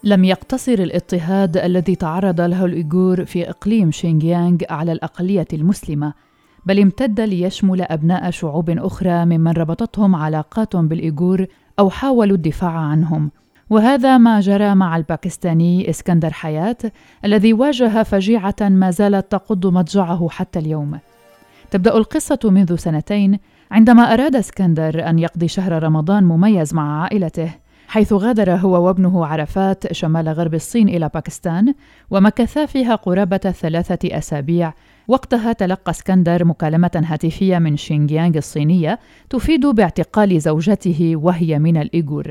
لم يقتصر الاضطهاد الذي تعرض له الإيغور في إقليم شينجيانغ على الأقلية المسلمة، بل امتد ليشمل أبناء شعوب أخرى ممن ربطتهم علاقات بالإيغور أو حاولوا الدفاع عنهم. وهذا ما جرى مع الباكستاني اسكندر حياة الذي واجه فجيعة ما زالت تقض مضجعه حتى اليوم. تبدأ القصة منذ 2 عندما أراد اسكندر أن يقضي شهر رمضان مميز مع عائلته، حيث غادر هو وابنه عرفات شمال غرب الصين إلى باكستان، ومكثا فيها قرابة 3 أسابيع. وقتها تلقى اسكندر مكالمة هاتفية من شينجيانغ الصينية تفيد باعتقال زوجته وهي من الإيغور.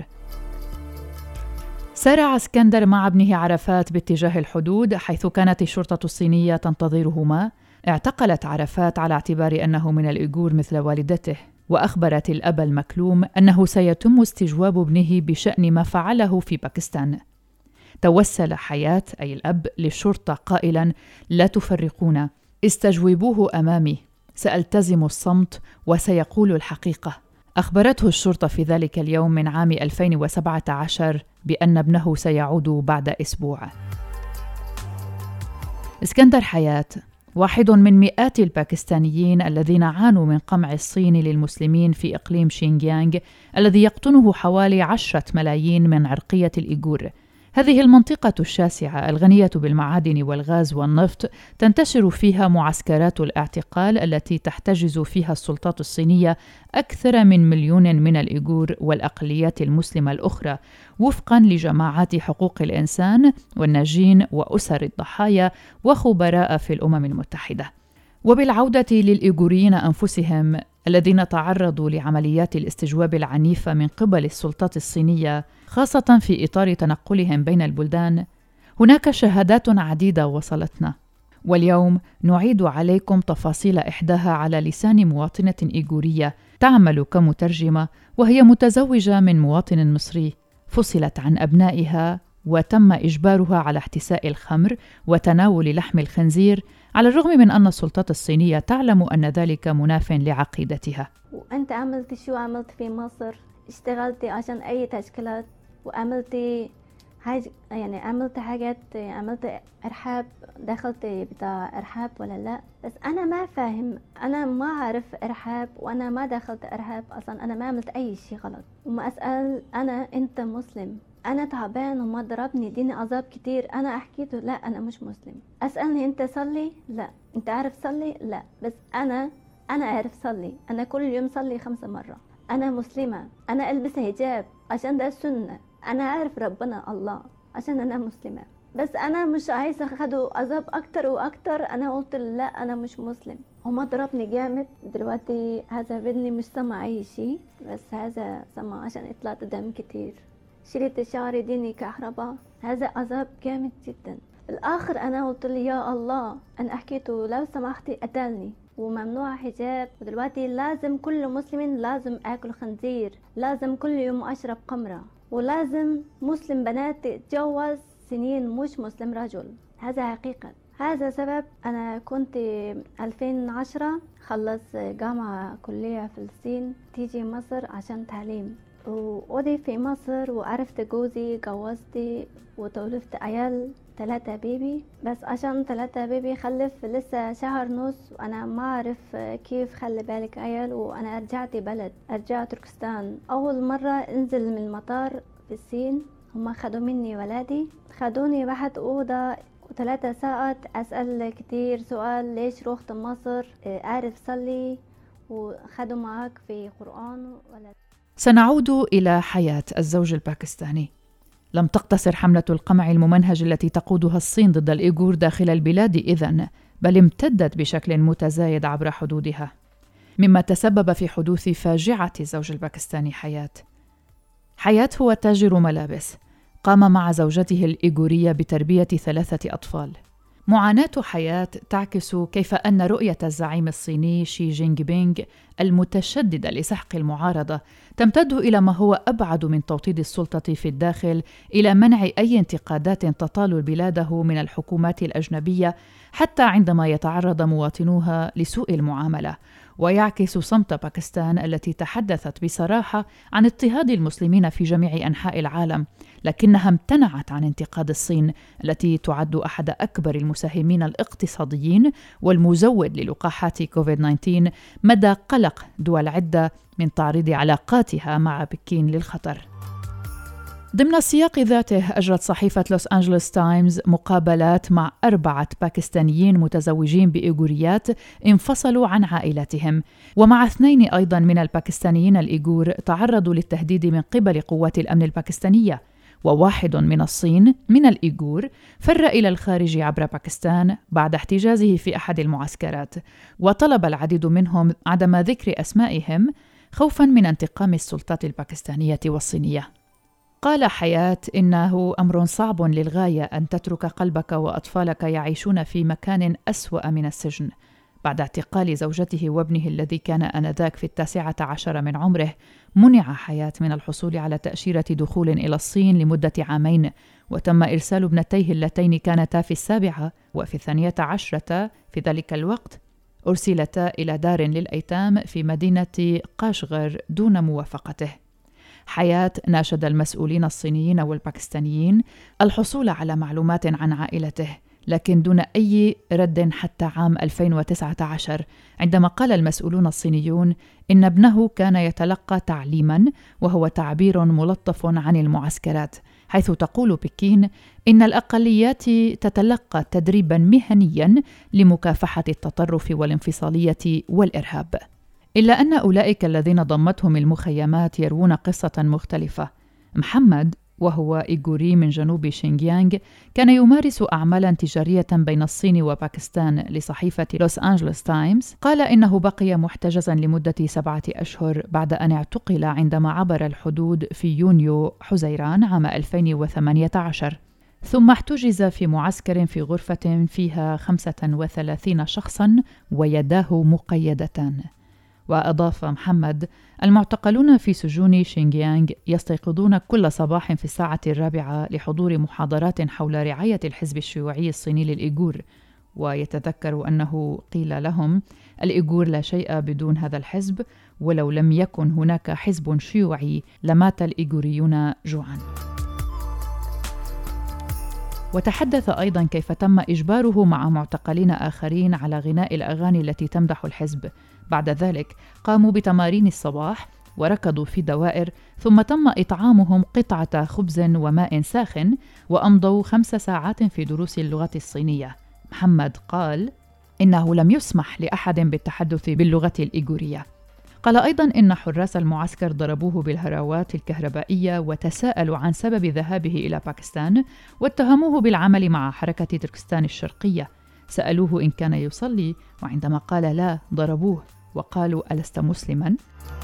سارع اسكندر مع ابنه عرفات باتجاه الحدود حيث كانت الشرطة الصينية تنتظرهما. اعتقلت عرفات على اعتبار أنه من الإيغور مثل والدته، وأخبرت الأب المكلوم أنه سيتم استجواب ابنه بشأن ما فعله في باكستان. توسل حياة أي الأب للشرطة قائلا: لا تفرقونا، استجوبوه أمامي، سألتزم الصمت وسيقول الحقيقة. أخبرته الشرطة في ذلك اليوم من عام 2017 بأن ابنه سيعود بعد أسبوع. اسكندر حياة واحد من مئات الباكستانيين الذين عانوا من قمع الصين للمسلمين في إقليم شينجيانغ الذي يقطنه حوالي 10 ملايين من عرقية الإيغور. هذه المنطقة الشاسعة الغنية بالمعادن والغاز والنفط تنتشر فيها معسكرات الاعتقال التي تحتجز فيها السلطات الصينية أكثر من 1,000,000 من الإيغور والأقليات المسلمة الأخرى، وفقاً لجماعات حقوق الإنسان والناجين وأسر الضحايا وخبراء في الأمم المتحدة. وبالعودة للإيغوريين أنفسهم الذين تعرضوا لعمليات الاستجواب العنيفة من قبل السلطات الصينية، خاصة في إطار تنقلهم بين البلدان، هناك شهادات عديدة وصلتنا، واليوم نعيد عليكم تفاصيل إحداها على لسان مواطنة إيغورية تعمل كمترجمة، وهي متزوجة من مواطن مصري فصلت عن أبنائها وتم إجبارها على احتساء الخمر وتناول لحم الخنزير، على الرغم من أن السلطات الصينية تعلم أن ذلك مناف لعقيدتها. وأنت عملت شو عملت في مصر؟ اشتغلتي عشان أي تشكيلات وعملتي يعني عملت حاجات، عملت إرهاب، دخلت بتاع إرهاب ولا لا؟ بس أنا ما فاهم، أنا ما أعرف إرهاب وأنا ما دخلت إرهاب أصلا، أنا ما عملت أي شيء غلط. وما أسأل أنت مسلم، أنا تعبان وما ضربني، ديني عذاب كتير، أنا أحكيته لا أنا مش مسلم. أسألني أنت صلي؟ لا. أنت عارف صلي؟ لا. بس أنا أعرف صلي، أنا كل يوم صلي 5 مرات، أنا مسلمة، أنا ألبس حجاب عشان ده السنة، أنا أعرف ربنا الله عشان أنا مسلمة. بس أنا مش عايزة أخدوا عذاب أكتر وأكتر. أنا قلت لا أنا مش مسلم. هما ضربني جامد. دلوقتي هذا بدني مش سمع أي شيء، بس هذا سمع عشان إطلعت دم كتير، شريت شعري ديني كهرباء. هذا عذاب جامد جدا. الآخر أنا قلت لي يا الله، أنا حكيته لو سمحتي قتلني وممنوع حجاب، ودلوقتي لازم كل مسلم لازم أكل خنزير، لازم كل يوم أشرب خمرة، ولازم مسلم بنات تتجوز سنين مش مسلم رجل. هذا حقيقة. هذا سبب أنا كنت 2010 خلص جامعة كلية في الصين، تيجي مصر عشان تعليم، وقضي في مصر وعرفت جوزي، جوزتي وتولفت عيال 3 بيبي. بس عشان 3 بيبي خلف لسه شهر ونص، وانا ما اعرف كيف خلي بالك عيال. وانا رجعت بلد، رجعت تركستان. اول مرة انزل من المطار في الصين هما خدوا مني ولادي، خدوني واحد اوضة و3 ساعات اسأل كتير سؤال، ليش رحت مصر، اعرف صلي، وخدوا معاك في قرآن ولا. سنعود إلى حياة الزوج الباكستاني. لم تقتصر حملة القمع الممنهج التي تقودها الصين ضد الإيغور داخل البلاد إذن، بل امتدت بشكل متزايد عبر حدودها، مما تسبب في حدوث فاجعة الزوج الباكستاني حياة هو تاجر ملابس، قام مع زوجته الإيغورية بتربية 3 أطفال. معاناة حياة تعكس كيف أن رؤية الزعيم الصيني شي جينغ بينغ المتشددة لسحق المعارضة تمتد إلى ما هو أبعد من توطيد السلطة في الداخل، إلى منع أي انتقادات تطال بلاده من الحكومات الأجنبية، حتى عندما يتعرض مواطنوها لسوء المعاملة. ويعكس صمت باكستان التي تحدثت بصراحة عن اضطهاد المسلمين في جميع أنحاء العالم، لكنها امتنعت عن انتقاد الصين التي تعد أحد أكبر المساهمين الاقتصاديين والمزود للقاحات كوفيد-19 مدى قلق دول عدة من تعريض علاقاتها مع بكين للخطر. ضمن السياق ذاته أجرت صحيفة لوس أنجلوس تايمز مقابلات مع 4 باكستانيين متزوجين بإيغوريات انفصلوا عن عائلاتهم، ومع 2 أيضاً من الباكستانيين الإيغور تعرضوا للتهديد من قبل قوات الأمن الباكستانية، وواحد من الصين من الإيغور فر إلى الخارج عبر باكستان بعد احتجازه في أحد المعسكرات، وطلب العديد منهم عدم ذكر أسمائهم خوفاً من انتقام السلطات الباكستانية والصينية. قال حياة: إنه أمر صعب للغاية أن تترك قلبك وأطفالك يعيشون في مكان أسوأ من السجن. بعد اعتقال زوجته وابنه الذي كان آنذاك في 19 من عمره، منع حياة من الحصول على تأشيرة دخول إلى الصين لمدة 2 عام، وتم إرسال ابنتيه اللتين كانتا في 7 وفي 12 في ذلك الوقت أرسلتا إلى دار للأيتام في مدينة قاشغر دون موافقته. حياة ناشد المسؤولين الصينيين والباكستانيين الحصول على معلومات عن عائلته، لكن دون أي رد حتى عام 2019 عندما قال المسؤولون الصينيون إن ابنه كان يتلقى تعليماً، وهو تعبير ملطف عن المعسكرات، حيث تقول بكين إن الأقليات تتلقى تدريباً مهنياً لمكافحة التطرف والانفصالية والإرهاب. إلا أن أولئك الذين ضمتهم المخيمات يروون قصة مختلفة. محمد، وهو إيغوري من جنوب شينجيانغ، كان يمارس أعمالاً تجارية بين الصين وباكستان لصحيفة لوس أنجلوس تايمز. قال إنه بقي محتجزاً لمدة 7 أشهر بعد أن اعتقل عندما عبر الحدود في يونيو حزيران عام 2018، ثم احتجز في معسكر في غرفة فيها 35 شخصاً ويداه مقيدتان. وأضاف محمد: المعتقلون في سجون شينجيانغ يستيقظون كل صباح في 4:00 لحضور محاضرات حول رعاية الحزب الشيوعي الصيني للإيغور، ويتذكر أنه قيل لهم: الإيغور لا شيء بدون هذا الحزب، ولو لم يكن هناك حزب شيوعي لمات الإيغوريون جوعاً. وتحدث أيضاً كيف تم إجباره مع معتقلين آخرين على غناء الأغاني التي تمدح الحزب. بعد ذلك قاموا بتمارين الصباح وركضوا في دوائر، ثم تم إطعامهم قطعة خبز وماء ساخن، وأمضوا 5 ساعات في دروس اللغة الصينية. محمد قال إنه لم يسمح لأحد بالتحدث باللغة الإيغورية. قال أيضاً إن حراس المعسكر ضربوه بالهراوات الكهربائية وتساءلوا عن سبب ذهابه إلى باكستان، واتهموه بالعمل مع حركة تركستان الشرقية. سألوه إن كان يصلي، وعندما قال لا ضربوه وقالوا: ألست مسلماً؟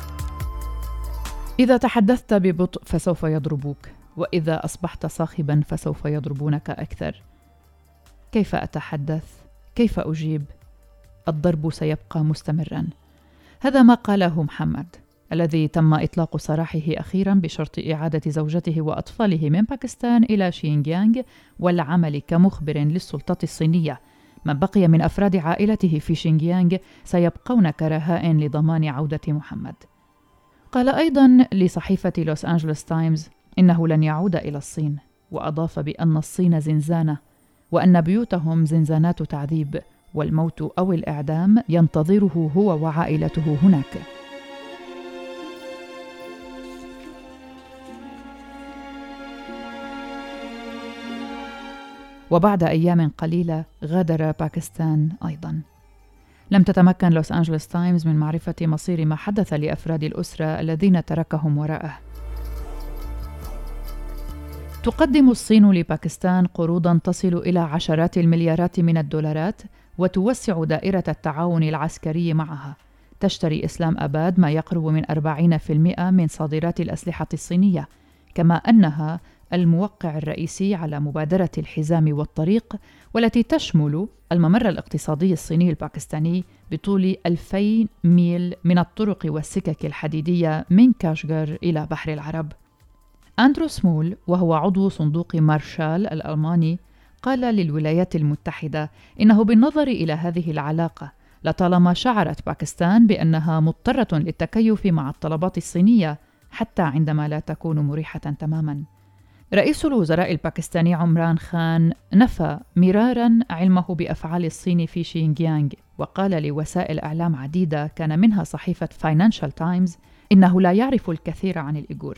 إذا تحدثت ببطء فسوف يضربوك، وإذا أصبحت صاخباً فسوف يضربونك أكثر. كيف أتحدث؟ كيف أجيب؟ الضرب سيبقى مستمراً. هذا ما قاله محمد، الذي تم إطلاق سراحه أخيراً بشرط إعادة زوجته وأطفاله من باكستان إلى شينجيانغ والعمل كمخبر للسلطات الصينية. من بقي من أفراد عائلته في شينجيانغ سيبقون كرهائن لضمان عودة محمد. قال أيضاً لصحيفة لوس أنجلوس تايمز إنه لن يعود إلى الصين، وأضاف بأن الصين زنزانة، وأن بيوتهم زنزانات تعذيب، والموت أو الإعدام ينتظره هو وعائلته هناك. وبعد أيام قليلة غادر باكستان أيضاً. لم تتمكن لوس أنجلوس تايمز من معرفة مصير ما حدث لأفراد الأسرة الذين تركهم وراءه. تقدم الصين لباكستان قروضاً تصل إلى عشرات المليارات من الدولارات، وتوسع دائرة التعاون العسكري معها. تشتري إسلام أباد ما يقرب من 40% من صادرات الأسلحة الصينية، كما أنها الموقع الرئيسي على مبادرة الحزام والطريق، والتي تشمل الممر الاقتصادي الصيني الباكستاني بطول 2000 ميل من الطرق والسكك الحديدية من كاشغر إلى بحر العرب. أندرو سمول، وهو عضو صندوق مارشال الألماني، قال للولايات المتحدة إنه بالنظر إلى هذه العلاقة لطالما شعرت باكستان بأنها مضطرة للتكيف مع الطلبات الصينية حتى عندما لا تكون مريحة تماماً. رئيس الوزراء الباكستاني عمران خان نفى مرارا علمه بأفعال الصين في شينجيانغ، وقال لوسائل إعلام عديدة كان منها صحيفة فاينانشال تايمز إنه لا يعرف الكثير عن الإيغور.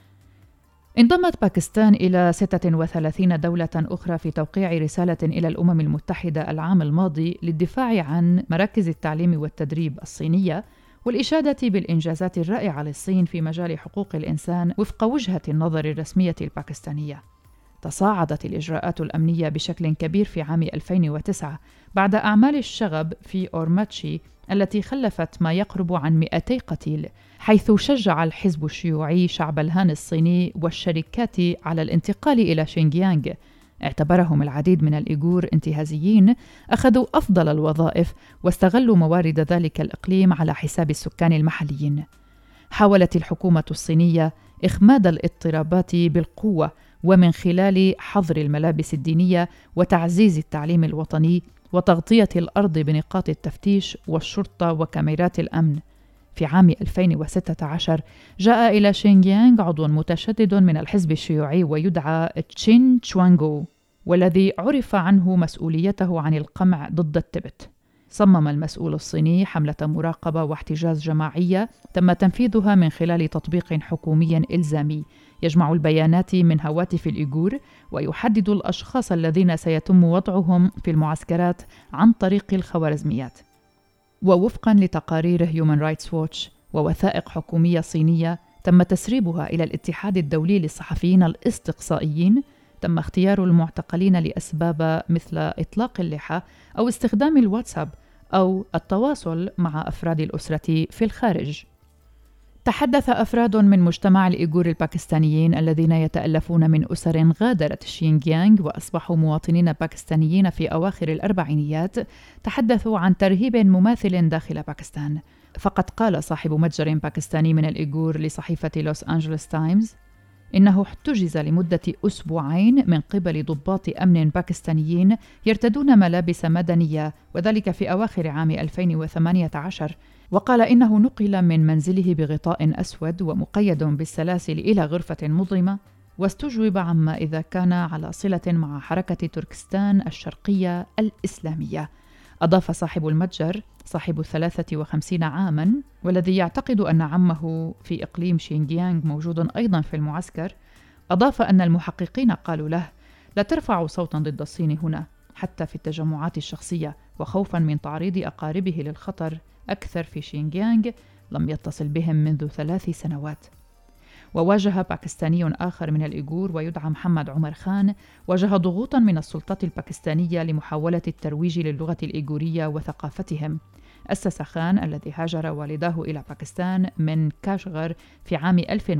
انضمت باكستان إلى 36 دولة أخرى في توقيع رسالة إلى الأمم المتحدة العام الماضي للدفاع عن مراكز التعليم والتدريب الصينية والإشادة بالإنجازات الرائعة للصين في مجال حقوق الإنسان وفق وجهة النظر الرسمية الباكستانية. تصاعدت الإجراءات الأمنية بشكل كبير في عام 2009 بعد أعمال الشغب في أورماتشي التي خلفت ما يقرب عن 200 قتيل، حيث شجع الحزب الشيوعي شعب الهان الصيني والشركات على الانتقال إلى شينجيانغ. اعتبرهم العديد من الإيغور انتهازيين أخذوا أفضل الوظائف واستغلوا موارد ذلك الإقليم على حساب السكان المحليين. حاولت الحكومة الصينية إخماد الاضطرابات بالقوة ومن خلال حظر الملابس الدينية وتعزيز التعليم الوطني وتغطية الأرض بنقاط التفتيش والشرطة وكاميرات الأمن. في عام 2016 جاء إلى شينجيانغ عضو متشدد من الحزب الشيوعي ويدعى تشين تشوانغو، والذي عرف عنه مسؤوليته عن القمع ضد التبت. صمم المسؤول الصيني حملة مراقبة واحتجاز جماعية تم تنفيذها من خلال تطبيق حكومي إلزامي يجمع البيانات من هواتف الإيغور ويحدد الأشخاص الذين سيتم وضعهم في المعسكرات عن طريق الخوارزميات. ووفقاً لتقارير هيومن رايتس ووتش ووثائق حكومية صينية تم تسريبها إلى الاتحاد الدولي للصحفيين الاستقصائيين، تم اختيار المعتقلين لأسباب مثل إطلاق اللحى أو استخدام الواتساب أو التواصل مع أفراد الأسرة في الخارج. تحدث أفراد من مجتمع الإيغور الباكستانيين الذين يتألفون من أسر غادرت شينجيانغ وأصبحوا مواطنين باكستانيين في أواخر الأربعينيات، تحدثوا عن ترهيب مماثل داخل باكستان. فقد قال صاحب متجر باكستاني من الإيغور لصحيفة لوس أنجلوس تايمز إنه احتجز لمدة أسبوعين من قبل ضباط أمن باكستانيين يرتدون ملابس مدنية، وذلك في أواخر عام 2018. وقال إنه نقل من منزله بغطاء أسود ومقيد بالسلاسل إلى غرفة مظلمة، واستجوب عما إذا كان على صلة مع حركة تركستان الشرقية الإسلامية. أضاف صاحب المتجر صاحب 53 عاماً والذي يعتقد أن عمه في إقليم شينجيانغ موجود أيضاً في المعسكر، أضاف أن المحققين قالوا له: لا ترفعوا صوتاً ضد الصين هنا حتى في التجمعات الشخصية، وخوفاً من تعريض أقاربه للخطر أكثر في شينجيانغ لم يتصل بهم منذ 3 سنوات. وواجه باكستاني آخر من الإيغور ويدعى محمد عمر خان واجه ضغوطاً من السلطات الباكستانية لمحاولة الترويج للغة الإيغورية وثقافتهم. أسس خان الذي هاجر والداه إلى باكستان من كاشغر في عام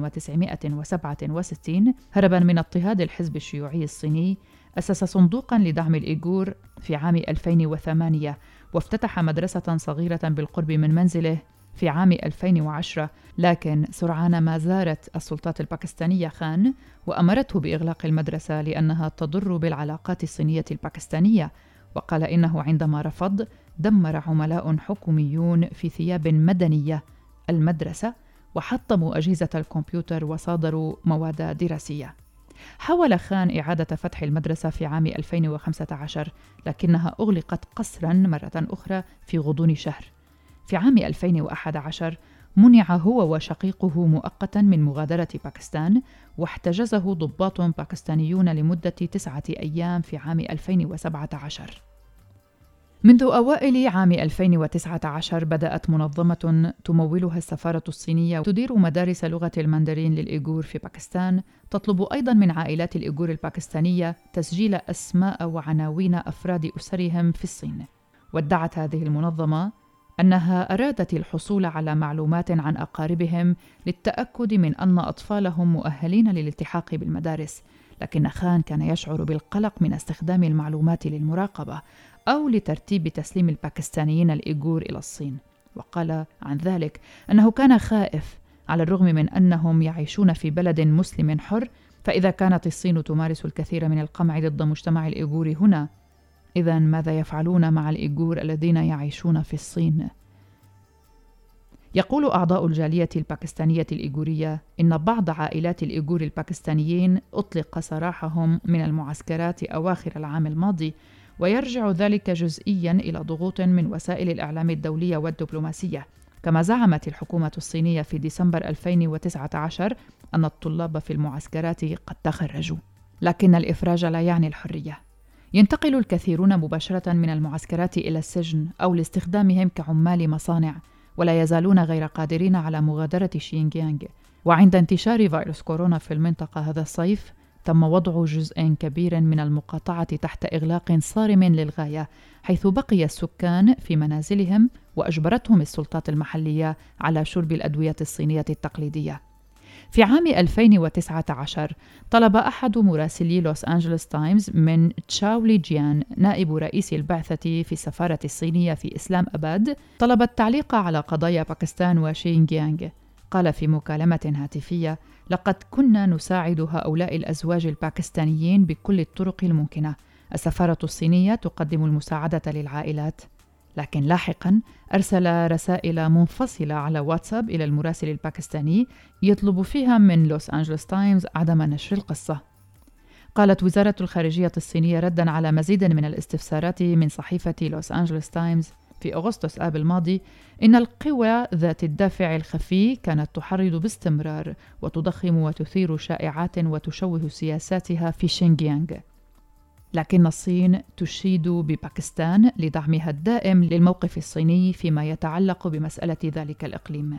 1967 هرباً من اضطهاد الحزب الشيوعي الصيني، أسس صندوقاً لدعم الإيغور في عام 2008 وافتتح مدرسة صغيرة بالقرب من منزله في عام 2010، لكن سرعان ما زارت السلطات الباكستانية خان وأمرته بإغلاق المدرسة لأنها تضر بالعلاقات الصينية الباكستانية. وقال إنه عندما رفض دمر عملاء حكوميون في ثياب مدنية المدرسة وحطموا أجهزة الكمبيوتر وصادروا مواد دراسية. حاول خان إعادة فتح المدرسة في عام 2015 لكنها أغلقت قسراً مرة أخرى في غضون شهر. في عام 2011 منع هو وشقيقه مؤقتاً من مغادرة باكستان، واحتجزه ضباط باكستانيون لمدة 9 أيام في عام 2017. منذ أوائل عام 2019 بدأت منظمة تمولها السفارة الصينية تدير مدارس لغة الماندرين للإيغور في باكستان تطلب أيضاً من عائلات الإيغور الباكستانية تسجيل أسماء وعناوين أفراد أسرهم في الصين. وادعت هذه المنظمة أنها أرادت الحصول على معلومات عن أقاربهم للتأكد من أن أطفالهم مؤهلين للالتحاق بالمدارس، لكن خان كان يشعر بالقلق من استخدام المعلومات للمراقبة أو لترتيب تسليم الباكستانيين الإيغور إلى الصين. وقال عن ذلك أنه كان خائف على الرغم من أنهم يعيشون في بلد مسلم حر، فإذا كانت الصين تمارس الكثير من القمع ضد مجتمع الإيغور هنا، إذن ماذا يفعلون مع الإيغور الذين يعيشون في الصين؟ يقول أعضاء الجالية الباكستانية الإيغورية إن بعض عائلات الإيغور الباكستانيين أطلق سراحهم من المعسكرات أواخر العام الماضي، ويرجع ذلك جزئياً إلى ضغوط من وسائل الإعلام الدولية والدبلوماسية. كما زعمت الحكومة الصينية في ديسمبر 2019 أن الطلاب في المعسكرات قد تخرجوا، لكن الإفراج لا يعني الحرية. ينتقل الكثيرون مباشرة من المعسكرات إلى السجن أو لاستخدامهم كعمال مصانع، ولا يزالون غير قادرين على مغادرة شينجيانغ. وعند انتشار فيروس كورونا في المنطقة هذا الصيف، تم وضع جزء كبير من المقاطعة تحت إغلاق صارم للغاية، حيث بقي السكان في منازلهم وأجبرتهم السلطات المحلية على شرب الأدوية الصينية التقليدية. في عام 2019 طلب أحد مراسلي لوس أنجلوس تايمز من تشاو لي جيان نائب رئيس البعثة في السفارة الصينية في إسلام أباد طلب التعليق على قضايا باكستان وشينجيانغ. قال في مكالمة هاتفية: لقد كنا نساعد هؤلاء الأزواج الباكستانيين بكل الطرق الممكنة. السفارة الصينية تقدم المساعدة للعائلات. لكن لاحقاً أرسل رسائل منفصلة على واتساب إلى المراسل الباكستاني يطلب فيها من لوس أنجلوس تايمز عدم نشر القصة. قالت وزارة الخارجية الصينية رداً على مزيد من الاستفسارات من صحيفة لوس أنجلوس تايمز في أغسطس آب الماضي إن القوى ذات الدافع الخفي كانت تحرض باستمرار وتضخم وتثير شائعات وتشوه سياساتها في شينجيانغ. لكن الصين تشيد بباكستان لدعمها الدائم للموقف الصيني فيما يتعلق بمسألة ذلك الإقليم.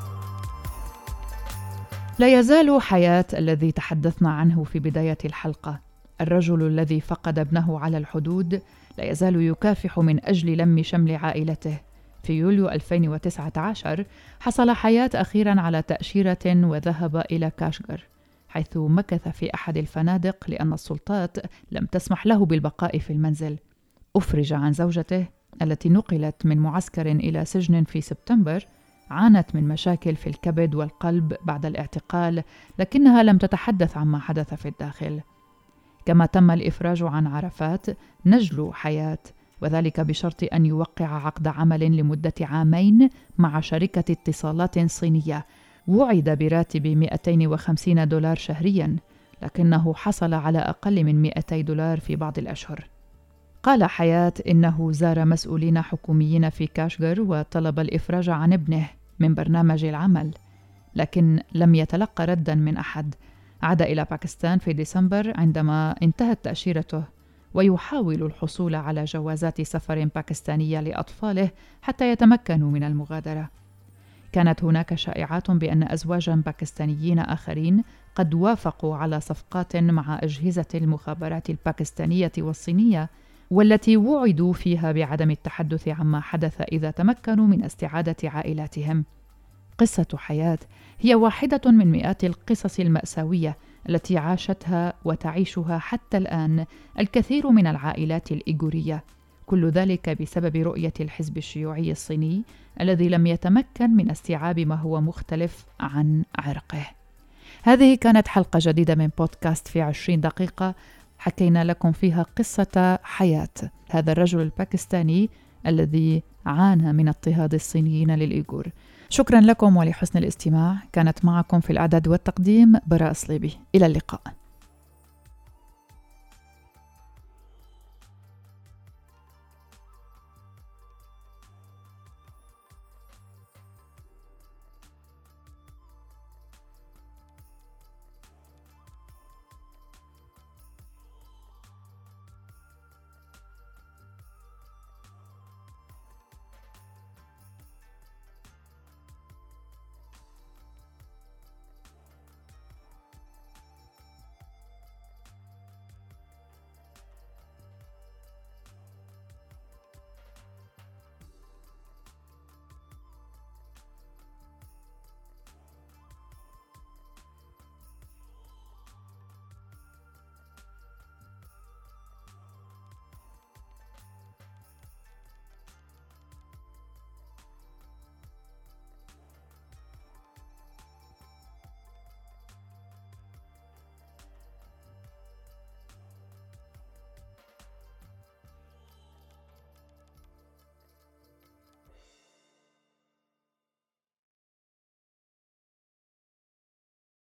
لا يزال حياة الذي تحدثنا عنه في بداية الحلقة، الرجل الذي فقد ابنه على الحدود، لا يزال يكافح من أجل لم شمل عائلته. في يوليو 2019 حصل حياة أخيراً على تأشيرة وذهب إلى كاشغر، حيث مكث في أحد الفنادق لأن السلطات لم تسمح له بالبقاء في المنزل. أفرج عن زوجته التي نقلت من معسكر إلى سجن في سبتمبر. عانت من مشاكل في الكبد والقلب بعد الاعتقال، لكنها لم تتحدث عما حدث في الداخل. كما تم الإفراج عن عرفات نجل حياة، وذلك بشرط أن يوقع عقد عمل لمدة 2 عام مع شركة اتصالات صينية، وعد براتب $250 شهرياً، لكنه حصل على أقل من $200 في بعض الأشهر. قال حياة إنه زار مسؤولين حكوميين في كاشغر وطلب الإفراج عن ابنه من برنامج العمل، لكن لم يتلقى رداً من أحد. عاد إلى باكستان في ديسمبر عندما انتهت تأشيرته، ويحاول الحصول على جوازات سفر باكستانية لأطفاله حتى يتمكنوا من المغادرة. كانت هناك شائعات بأن أزواجاً باكستانيين آخرين قد وافقوا على صفقات مع أجهزة المخابرات الباكستانية والصينية، والتي وعدوا فيها بعدم التحدث عما حدث إذا تمكنوا من استعادة عائلاتهم. قصة حياة هي واحدة من مئات القصص المأساوية التي عاشتها وتعيشها حتى الآن الكثير من العائلات الإيغورية، كل ذلك بسبب رؤية الحزب الشيوعي الصيني الذي لم يتمكن من استيعاب ما هو مختلف عن عرقه. هذه كانت حلقة جديدة من بودكاست في 20 دقيقة، حكينا لكم فيها قصة حياة هذا الرجل الباكستاني الذي عانى من اضطهاد الصينيين للإيغور. شكرا لكم ولحسن الاستماع. كانت معكم في الإعداد والتقديم براء صليبي. إلى اللقاء.